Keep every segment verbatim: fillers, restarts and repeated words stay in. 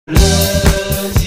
Le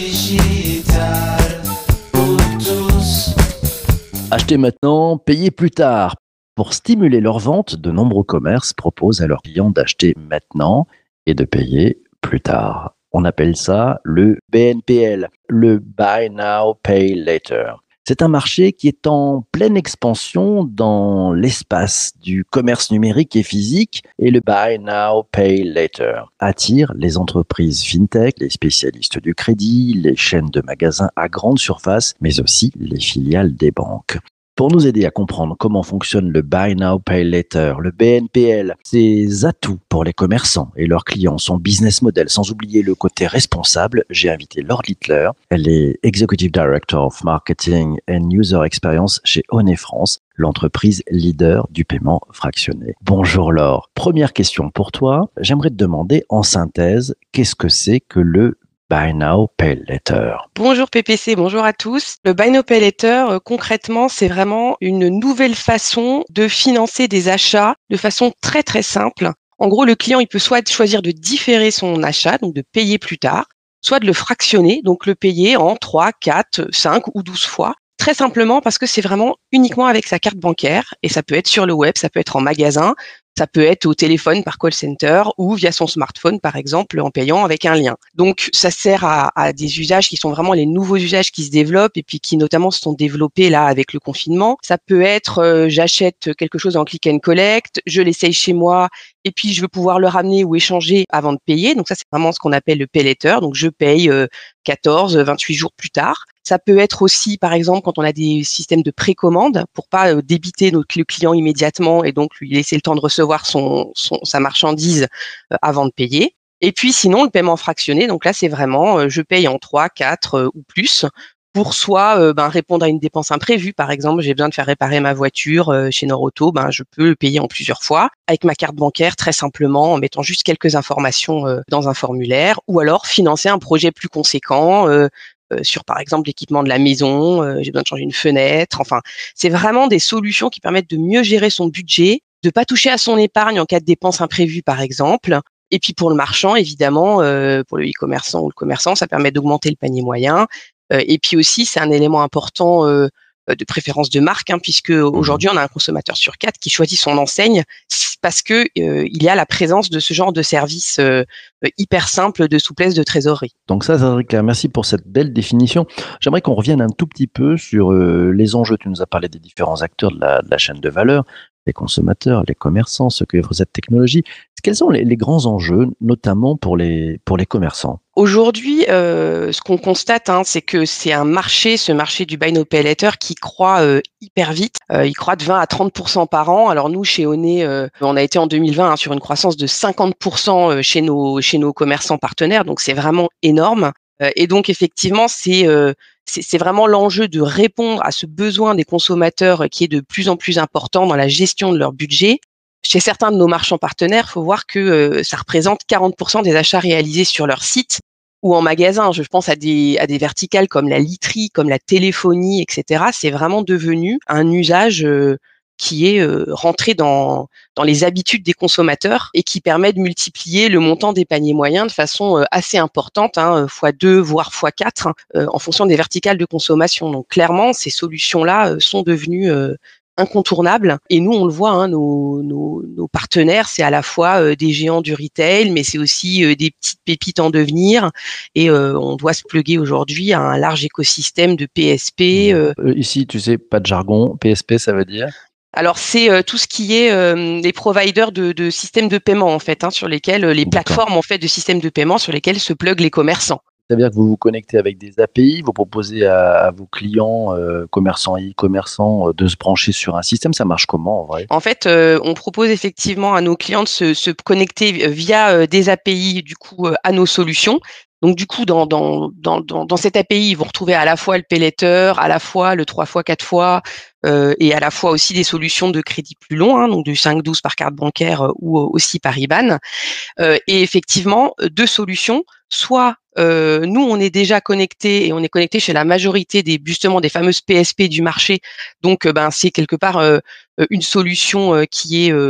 digital pour tous. Acheter maintenant, payer plus tard. Pour stimuler leurs ventes, de nombreux commerces proposent à leurs clients d'acheter maintenant et de payer plus tard. On appelle ça le B N P L, le Buy Now, Pay Later. C'est un marché qui est en pleine expansion dans l'espace du commerce numérique et physique, et le Buy Now, Pay Later attire les entreprises fintech, les spécialistes du crédit, les chaînes de magasins à grande surface, mais aussi les filiales des banques. Pour nous aider à comprendre comment fonctionne le Buy Now Pay Later, le B N P L, ses atouts pour les commerçants et leurs clients, son business model, sans oublier le côté responsable, j'ai invité Laure Littler. Elle est Executive Director of Marketing and User Experience chez Honey France, l'entreprise leader du paiement fractionné. Bonjour Laure. Première question pour toi. J'aimerais te demander en synthèse, qu'est-ce que c'est que le Buy Now, Pay Later? Bonjour P P C, bonjour à tous. Le Buy Now Pay Later, euh, concrètement, c'est vraiment une nouvelle façon de financer des achats de façon très très simple. En gros, le client, il peut soit choisir de différer son achat, donc de payer plus tard, soit de le fractionner, donc le payer en trois, quatre, cinq ou douze fois. Très simplement parce que c'est vraiment uniquement avec sa carte bancaire et ça peut être sur le web, ça peut être en magasin, ça peut être au téléphone par call center ou via son smartphone, par exemple, en payant avec un lien. Donc, ça sert à, à des usages qui sont vraiment les nouveaux usages qui se développent et puis qui notamment se sont développés là avec le confinement. Ça peut être, euh, j'achète quelque chose en click and collect, je l'essaye chez moi et puis je veux pouvoir le ramener ou échanger avant de payer. Donc ça, c'est vraiment ce qu'on appelle le pay later. Donc, je paye euh, quatorze, vingt-huit jours plus tard. Ça peut être aussi, par exemple, quand on a des systèmes de précommande pour pas euh, débiter notre, le client immédiatement et donc lui laisser le temps de recevoir son, son sa marchandise euh, avant de payer. Et puis sinon, le paiement fractionné, donc là, c'est vraiment euh, je paye en trois, quatre euh, ou plus pour soit euh, ben, répondre à une dépense imprévue. Par exemple, j'ai besoin de faire réparer ma voiture euh, chez Norauto, ben, je peux le payer en plusieurs fois avec ma carte bancaire très simplement en mettant juste quelques informations euh, dans un formulaire ou alors financer un projet plus conséquent euh, euh, sur par exemple l'équipement de la maison, euh, j'ai besoin de changer une fenêtre. Enfin, c'est vraiment des solutions qui permettent de mieux gérer son budget, de pas toucher à son épargne en cas de dépenses imprévues par exemple. Et puis pour le marchand, évidemment, euh, pour le e-commerçant ou le commerçant, ça permet d'augmenter le panier moyen. Euh, et puis aussi, c'est un élément important euh, de préférence de marque, hein, puisque aujourd'hui, on a un consommateur sur quatre qui choisit son enseigne parce que euh, il y a la présence de ce genre de service euh, hyper simple de souplesse de trésorerie. Donc ça, c'est très clair. Merci pour cette belle définition. J'aimerais qu'on revienne un tout petit peu sur euh, les enjeux. Tu nous as parlé des différents acteurs de la, de la chaîne de valeur, les consommateurs, les commerçants, ceux qui offrent cette technologie. Quels sont les, les grands enjeux, notamment pour les, pour les commerçants? Aujourd'hui, euh, ce qu'on constate, hein, c'est que c'est un marché, ce marché du Buy Now Pay Later, qui croît euh, hyper vite. Euh, il croît de vingt à trente pour cent par an. Alors nous, chez Honey, euh, on a été en deux mille vingt hein, sur une croissance de cinquante pour cent chez nos chez nos commerçants partenaires. Donc c'est vraiment énorme. Euh, et donc effectivement, c'est euh, c'est c'est vraiment l'enjeu de répondre à ce besoin des consommateurs qui est de plus en plus important dans la gestion de leur budget. Chez certains de nos marchands partenaires, il faut voir que euh, ça représente quarante pour cent des achats réalisés sur leur site ou en magasin. Je pense à des à des verticales comme la literie, comme la téléphonie, et cetera. C'est vraiment devenu un usage euh, qui est euh, rentré dans dans les habitudes des consommateurs et qui permet de multiplier le montant des paniers moyens de façon euh, assez importante, hein, fois deux voire fois quatre, hein, euh, en fonction des verticales de consommation. Donc clairement, ces solutions-là euh, sont devenues euh, incontournable. Et nous, on le voit, hein, nos, nos, nos partenaires, c'est à la fois euh, des géants du retail, mais c'est aussi euh, des petites pépites en devenir. Et euh, on doit se plugger aujourd'hui à un large écosystème de P S P. Euh. Euh, ici, tu sais, pas de jargon. P S P, ça veut dire? Alors, c'est euh, tout ce qui est euh, les providers de, de systèmes de paiement, en fait, hein, sur lesquels euh, les D'accord. plateformes, en fait, de systèmes de paiement sur lesquels se pluguent les commerçants. Ça veut dire que vous vous connectez avec des A P I, vous proposez à, à vos clients, euh, commerçants et e-commerçants, euh, de se brancher sur un système. Ça marche comment en vrai? En fait, euh, on propose effectivement à nos clients de se, se connecter via euh, des A P I du coup euh, à nos solutions. Donc du coup, dans, dans, dans, dans, dans cette A P I, ils vont retrouver à la fois le Pay Later, à la fois le trois fois, quatre fois, euh, et à la fois aussi des solutions de crédit plus long, hein, donc du cinq douze par carte bancaire euh, ou aussi par I B A N. Euh, et effectivement, deux solutions. Soit euh, nous, on est déjà connecté et on est connecté chez la majorité des justement des fameuses P S P du marché. Donc, euh, ben c'est quelque part euh, une solution euh, qui est euh,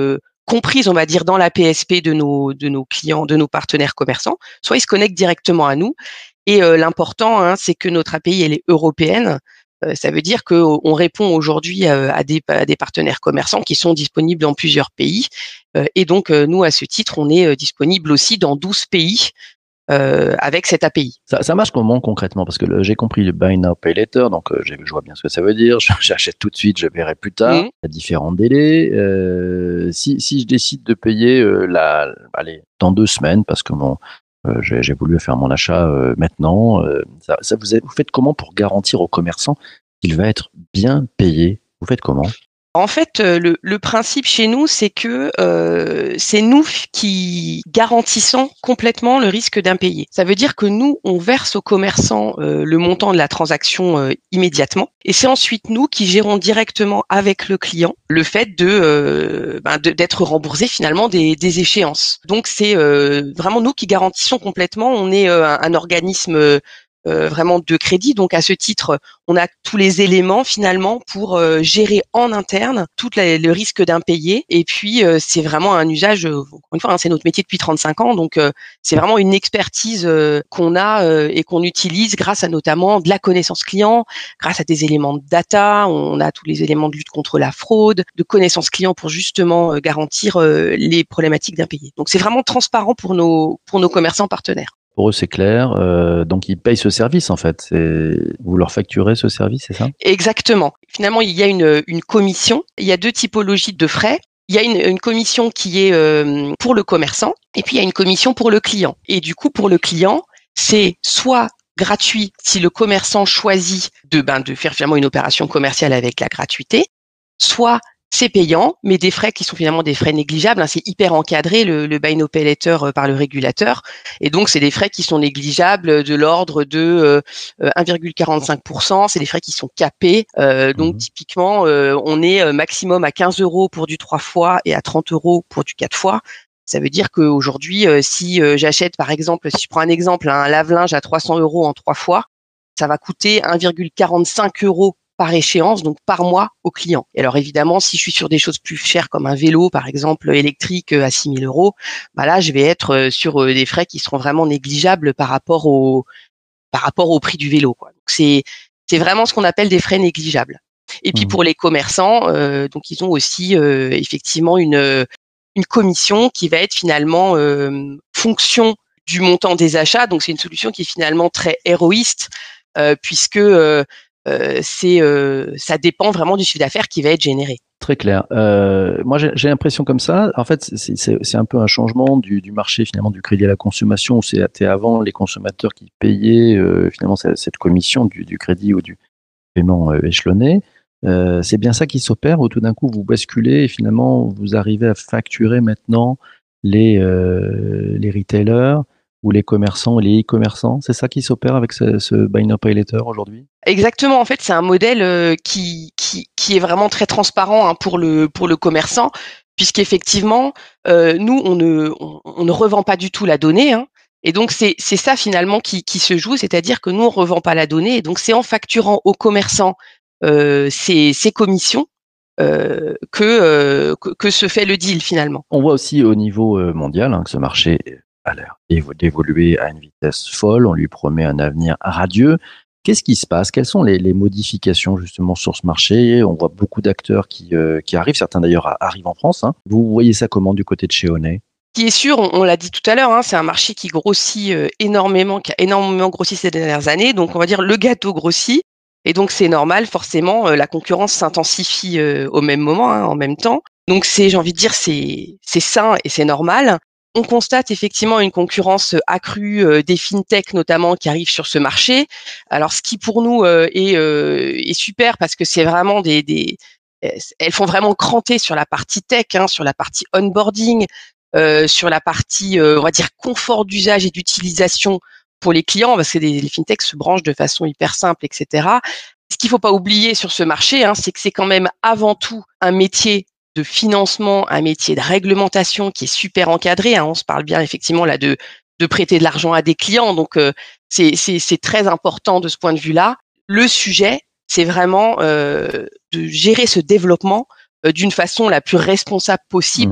comprises, on va dire, dans la P S P de nos de nos clients, de nos partenaires commerçants, soit ils se connectent directement à nous. Et euh, l'important, hein, c'est que notre A P I elle est européenne. Euh, ça veut dire qu'on répond aujourd'hui à, à, des, à des partenaires commerçants qui sont disponibles dans plusieurs pays. Euh, et donc, euh, nous, à ce titre, on est euh, disponible aussi dans douze pays euh, avec cette A P I. Ça, ça marche comment concrètement? Parce que le- j'ai compris le Buy Now, Pay Later, donc euh, j'ai- je vois bien ce que ça veut dire. J'achète tout de suite, je verrai plus tard. Mmh. Il y a différents délais. Euh, si, si je décide de payer euh, la, allez, dans deux semaines, parce que mon, euh, j'ai j'ai voulu faire mon achat euh, maintenant, euh, ça, ça vous, avez- vous faites comment pour garantir au commerçant qu'il va être bien payé? Vous faites comment? En fait, euh, le, le principe chez nous, c'est que euh, c'est nous qui garantissons complètement le risque d'impayé. Ça veut dire que nous, on verse aux commerçants euh, le montant de la transaction euh, immédiatement, et c'est ensuite nous qui gérons directement avec le client le fait de, euh, ben, de- d'être remboursé finalement des, des échéances. Donc c'est euh, vraiment nous qui garantissons complètement. On est euh, un, un organisme euh, euh, vraiment de crédit, donc à ce titre on a tous les éléments finalement pour euh, gérer en interne tout la- le risque d'impayé. Et puis euh, c'est vraiment un usage, euh, encore une fois, hein, c'est notre métier depuis trente-cinq ans, donc euh, c'est vraiment une expertise euh, qu'on a euh, et qu'on utilise grâce à notamment de la connaissance client, grâce à des éléments de data. On a tous les éléments de lutte contre la fraude, de connaissance client pour justement euh, garantir euh, les problématiques d'impayé. Donc c'est vraiment transparent pour nos pour nos commerçants partenaires. Pour eux, c'est clair. Euh, donc, ils payent ce service, en fait. C'est- Vous leur facturez ce service, c'est ça? Exactement. Finalement, il y a une, une commission. Il y a deux typologies de frais. Il y a une, une commission qui est euh, pour le commerçant et puis il y a une commission pour le client. Et du coup, pour le client, c'est soit gratuit si le commerçant choisit de, ben, de faire finalement une opération commerciale avec la gratuité, soit c'est payant, mais des frais qui sont finalement des frais négligeables. Hein. C'est hyper encadré, le, le Buy Now Pay Later euh, par le régulateur. Et donc, c'est des frais qui sont négligeables de l'ordre de euh, euh, un virgule quarante-cinq pour cent. C'est des frais qui sont capés. Euh, donc, Mhm. typiquement, euh, on est euh, maximum à quinze euros pour du trois fois et à trente euros pour du quatre fois. Ça veut dire qu'aujourd'hui, euh, si euh, j'achète, par exemple, si je prends un exemple, hein, un lave-linge à trois cents euros en trois fois, ça va coûter un virgule quarante-cinq euros par échéance, donc par mois au client. Et alors évidemment, si je suis sur des choses plus chères comme un vélo, par exemple, électrique euh, à six mille euros, bah là, je vais être euh, sur euh, des frais qui seront vraiment négligeables par rapport au par rapport au prix du vélo, quoi. Donc c'est c'est vraiment ce qu'on appelle des frais négligeables. Et puis Mhm. pour les commerçants, euh, donc ils ont aussi euh, effectivement une une commission qui va être finalement euh, fonction du montant des achats. Donc c'est une solution qui est finalement très héroïste euh, puisque euh, euh, c'est euh, ça dépend vraiment du chiffre d'affaires qui va être généré. Très clair. Euh, moi, j'ai j'ai l'impression comme ça. En fait, c'est c'est- c'est un peu un changement du, du marché, finalement, du crédit à la consommation, où c'était avant les consommateurs qui payaient, euh, finalement, cette, cette commission du, du crédit ou du paiement euh, échelonné. Euh, c'est bien ça qui s'opère, où tout d'un coup, vous basculez et finalement, vous arrivez à facturer maintenant les, euh, les retailers ou les commerçants, les e-commerçants. C'est ça qui s'opère avec ce, ce Buy Now, Pay Later aujourd'hui? Exactement. En fait, c'est un modèle euh, qui, qui qui est vraiment très transparent hein, pour le pour le commerçant, puisqu'effectivement, euh, nous on ne on, on ne revend pas du tout la donnée. Hein, et donc c'est c'est ça finalement qui qui se joue, c'est-à-dire que nous on revend pas la donnée, et donc c'est en facturant aux commerçants euh, ces ces commissions euh, que, euh, que que se fait le deal finalement. On voit aussi au niveau euh, mondial hein, que ce marché a l'air évo- d'évoluer à une vitesse folle. On lui promet un avenir radieux. Qu'est-ce qui se passe? Quelles sont les, les modifications justement sur ce marché? On voit beaucoup d'acteurs qui, euh, qui arrivent, certains d'ailleurs a- arrivent en France. Hein. Vous voyez ça comment du côté de chez Honnet? Ce qui est sûr, on, on l'a dit tout à l'heure, hein, c'est un marché qui grossit euh, énormément, qui a énormément grossi ces dernières années. Donc, on va dire le gâteau grossit. Et donc, c'est normal, forcément, euh, la concurrence s'intensifie euh, au même moment, hein, en même temps. Donc, c'est, j'ai envie de dire, c'est, c'est sain et c'est normal. On constate effectivement une concurrence accrue euh, des fintechs notamment qui arrivent sur ce marché. Alors, ce qui pour nous euh, est, euh, est super parce que c'est vraiment des, des, elles font vraiment cranter sur la partie tech, hein, sur la partie onboarding, euh, sur la partie, euh, on va dire, confort d'usage et d'utilisation pour les clients, parce que les, les fintechs se branchent de façon hyper simple, et cetera. Ce qu'il faut pas oublier sur ce marché, hein, c'est que c'est quand même avant tout un métier de financement, un métier de réglementation qui est super encadré. Hein. On se parle bien effectivement là de de prêter de l'argent à des clients, donc euh, c'est c'est c'est très important de ce point de vue-là. Le sujet, c'est vraiment euh, de gérer ce développement euh, d'une façon la plus responsable possible Mhm.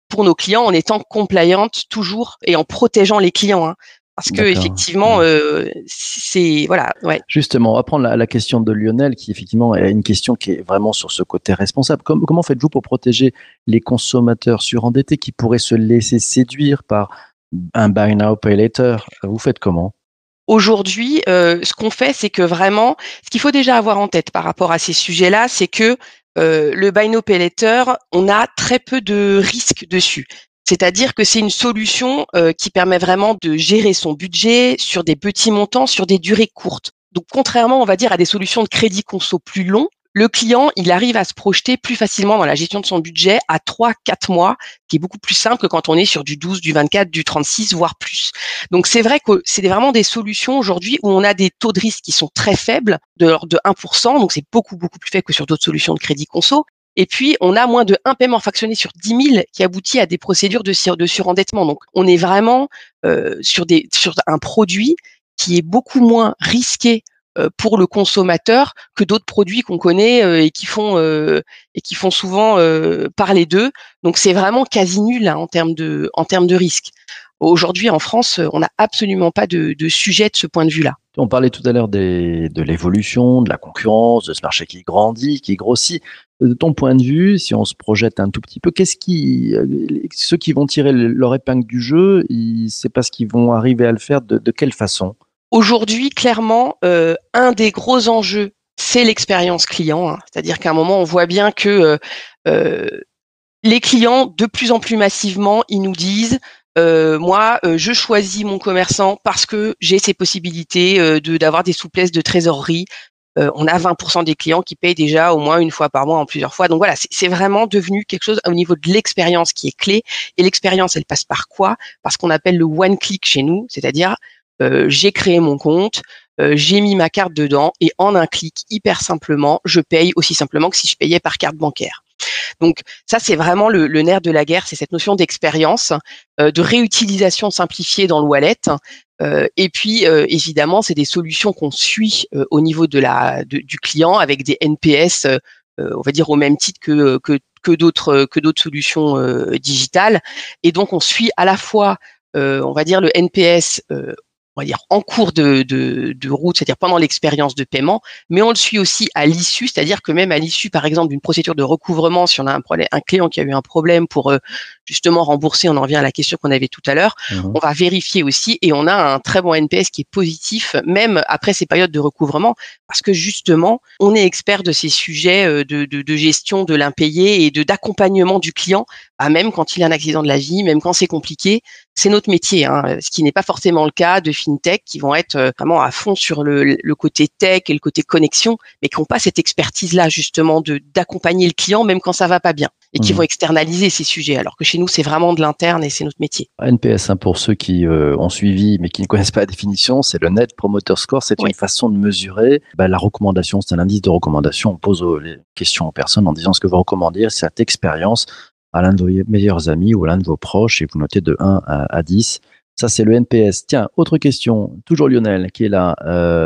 pour nos clients en étant compliant toujours et en protégeant les clients. Hein. Parce que D'accord. effectivement, Ouais. euh, c'est voilà, ouais. Justement, on va prendre la, la question de Lionel, qui effectivement est une question qui est vraiment sur ce côté responsable. Com- comment faites-vous pour protéger les consommateurs surendettés qui pourraient se laisser séduire par un buy now, pay later? Vous faites comment? Aujourd'hui, euh, ce qu'on fait, c'est que vraiment, ce qu'il faut déjà avoir en tête par rapport à ces sujets-là, c'est que euh, le buy now pay later, on a très peu de risques dessus. C'est-à-dire que c'est une solution euh, qui permet vraiment de gérer son budget sur des petits montants, sur des durées courtes. Donc, contrairement, on va dire, à des solutions de crédit conso plus longs, le client, il arrive à se projeter plus facilement dans la gestion de son budget à trois, quatre mois, qui est beaucoup plus simple que quand on est sur du douze, du vingt-quatre, du trente-six, voire plus. Donc, c'est vrai que c'est vraiment des solutions aujourd'hui où on a des taux de risque qui sont très faibles, de l'ordre de un pour cent. Donc, c'est beaucoup, beaucoup plus faible que sur d'autres solutions de crédit conso. Et puis, on a moins de un paiement fractionné sur dix mille qui aboutit à des procédures de, sur, de surendettement. Donc, on est vraiment euh, sur, des, sur un produit qui est beaucoup moins risqué euh, pour le consommateur que d'autres produits qu'on connaît euh, et qui font euh, et qui font souvent euh, parler d'eux. Donc, c'est vraiment quasi nul hein, en termes de en termes de risque. Aujourd'hui, en France, on n'a absolument pas de, de sujet de ce point de vue-là. On parlait tout à l'heure des, de l'évolution, de la concurrence, de ce marché qui grandit, qui grossit. De ton point de vue, si on se projette un tout petit peu, qu'est-ce qui, ceux qui vont tirer leur épingle du jeu, ils- c'est parce qu'ils vont arriver à le faire de, de quelle façon? Aujourd'hui, clairement, euh, un des gros enjeux, c'est l'expérience client. Hein. C'est-à-dire qu'à un moment, on voit bien que euh, euh, les clients, de plus en plus massivement, ils nous disent euh, moi, euh, je choisis mon commerçant parce que j'ai ces possibilités euh, de d'avoir des souplesses de trésorerie. Euh, on a vingt pour cent des clients qui payent déjà au moins une fois par mois en plusieurs fois. Donc voilà, c'est, c'est vraiment devenu quelque chose au niveau de l'expérience qui est clé. Et l'expérience, elle passe par quoi? Par ce qu'on appelle le one click chez nous, c'est-à-dire euh, j'ai créé mon compte, euh, j'ai mis ma carte dedans et en un clic, hyper simplement, je paye aussi simplement que si je payais par carte bancaire. Donc ça, c'est vraiment le, le nerf de la guerre, c'est cette notion d'expérience, euh, de réutilisation simplifiée dans le wallet. Euh, et puis, euh, évidemment, c'est des solutions qu'on suit euh, au niveau de la, de, du client avec des N P S, euh, on va dire au même titre que, que, que d'autres que d'autres solutions euh, digitales. Et donc, on suit à la fois, euh, on va dire, le N P S euh, on va dire en cours de, de, de route, c'est-à-dire pendant l'expérience de paiement, mais on le suit aussi à l'issue, c'est-à-dire que même à l'issue, par exemple, d'une procédure de recouvrement, si on a un, problème, un client qui a eu un problème pour euh, justement rembourser, on en revient à la question qu'on avait tout à l'heure, Mmh. on va vérifier aussi et on a un très bon N P S qui est positif, même après ces périodes de recouvrement, parce que justement, on est expert de ces sujets de, de, de gestion de l'impayé et de d'accompagnement du client, bah, même quand il a un accident de la vie, même quand c'est compliqué. C'est notre métier, hein, ce qui n'est pas forcément le cas de FinTech qui vont être vraiment à fond sur le, le côté tech et le côté connexion, mais qui n'ont pas cette expertise-là justement de d'accompagner le client même quand ça va pas bien et qui Mmh. vont externaliser ces sujets. Alors que chez nous, c'est vraiment de l'interne et c'est notre métier. N P S, hein, pour ceux qui euh, ont suivi mais qui ne connaissent pas la définition, c'est le Net Promoter Score. C'est Oui. une façon de mesurer bah, la recommandation. C'est un indice de recommandation. On pose aux, les questions aux personnes en disant ce que vous recommandez, cette expérience à l'un de vos meilleurs amis ou à l'un de vos proches et vous notez de un à, à dix. Ça, c'est le N P S. Tiens, autre question, toujours Lionel qui est là.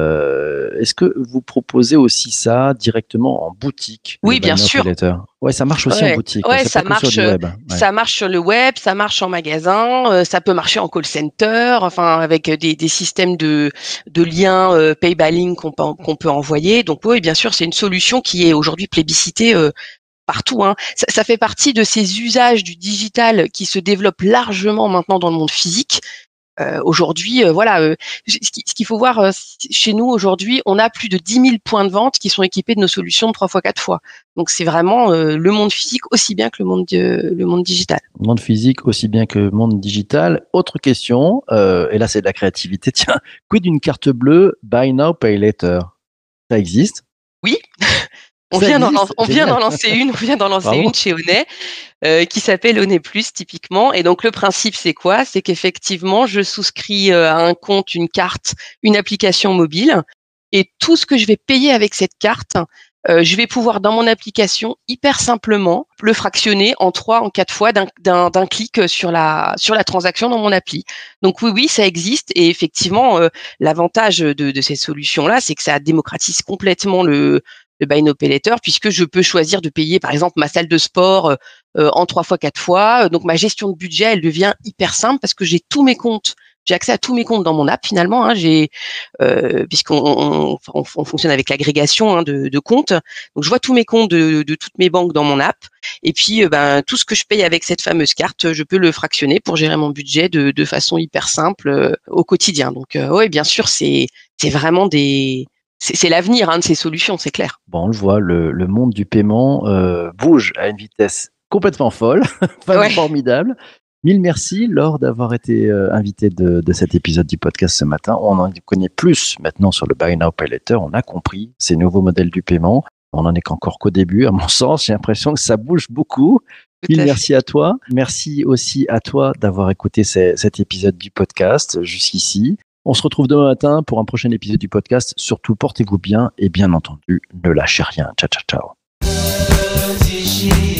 Euh, est-ce que vous proposez aussi ça directement en boutique? Oui, le bien Buy Now, sûr. Pay Later. Ouais, ça marche aussi en Ouais, boutique. ouais, C'est ça pas que marche. sur du web. Ouais. Ça marche sur le web, ça marche en magasin, euh, ça peut marcher en call center, enfin avec des, des systèmes de de liens euh, pay by link qu'on peut qu'on peut envoyer. Donc oui, bien sûr, c'est une solution qui est aujourd'hui plébiscitée euh, partout. Hein. Ça, ça fait partie de ces usages du digital qui se développent largement maintenant dans le monde physique. Euh, aujourd'hui, euh, voilà, euh, ce qui- ce qu'il faut voir euh, chez nous aujourd'hui, on a plus de dix mille points de vente qui sont équipés de nos solutions de trois fois, quatre fois. Donc c'est vraiment euh, le monde physique aussi bien que le monde euh, le monde digital. Monde physique aussi bien que monde digital. Autre question, euh, et là c'est de la créativité. Tiens, quid d'une carte bleue Buy Now Pay Later? Ça existe? Oui, on Ça vient d'en lan- existe? on vient Génial. d'en lancer une, on vient d'en lancer Bravo. une chez Onet euh, qui s'appelle Onet Plus typiquement. Et donc le principe c'est quoi? C'est qu'effectivement je souscris euh, à un compte, une carte, une application mobile, et tout ce que je vais payer avec cette carte, euh, je vais pouvoir dans mon application hyper simplement le fractionner en trois, en quatre fois d'un, d'un, d'un clic sur la sur la transaction dans mon appli. Donc oui, oui, ça existe et effectivement euh, l'avantage de, de ces solutions là, c'est que ça démocratise complètement le le Buy Now Pay Later, puisque je peux choisir de payer, par exemple, ma salle de sport euh, en trois fois, quatre fois. Donc, ma gestion de budget, elle devient hyper simple parce que j'ai tous mes comptes. J'ai accès à tous mes comptes dans mon app finalement. Hein, j'ai euh, puisqu'on on, on, on fonctionne avec l'agrégation hein, de, de comptes. Donc je vois tous mes comptes de, de toutes mes banques dans mon app. Et puis euh, ben tout ce que je paye avec cette fameuse carte, je peux le fractionner pour gérer mon budget de, de façon hyper simple euh, au quotidien. Donc euh, oui, bien sûr, c'est c'est vraiment des c'est, c'est l'avenir hein, de ces solutions, c'est clair. Bon, on le voit, le, le monde du paiement euh, bouge à une vitesse complètement folle, Ouais. formidable. Mille merci, Laure, d'avoir été euh, invitée de, de cet épisode du podcast ce matin. On en connaît plus maintenant sur le Buy Now Pay Later. On a compris ces nouveaux modèles du paiement. On n'en est qu'encore qu'au début, à mon sens. J'ai l'impression que ça bouge beaucoup. Tout Mille à merci à toi. Merci aussi à toi d'avoir écouté ces, cet épisode du podcast jusqu'ici. On se retrouve demain matin pour un prochain épisode du podcast. Surtout, portez-vous bien et bien entendu, ne lâchez rien. Ciao, ciao, ciao. Digital.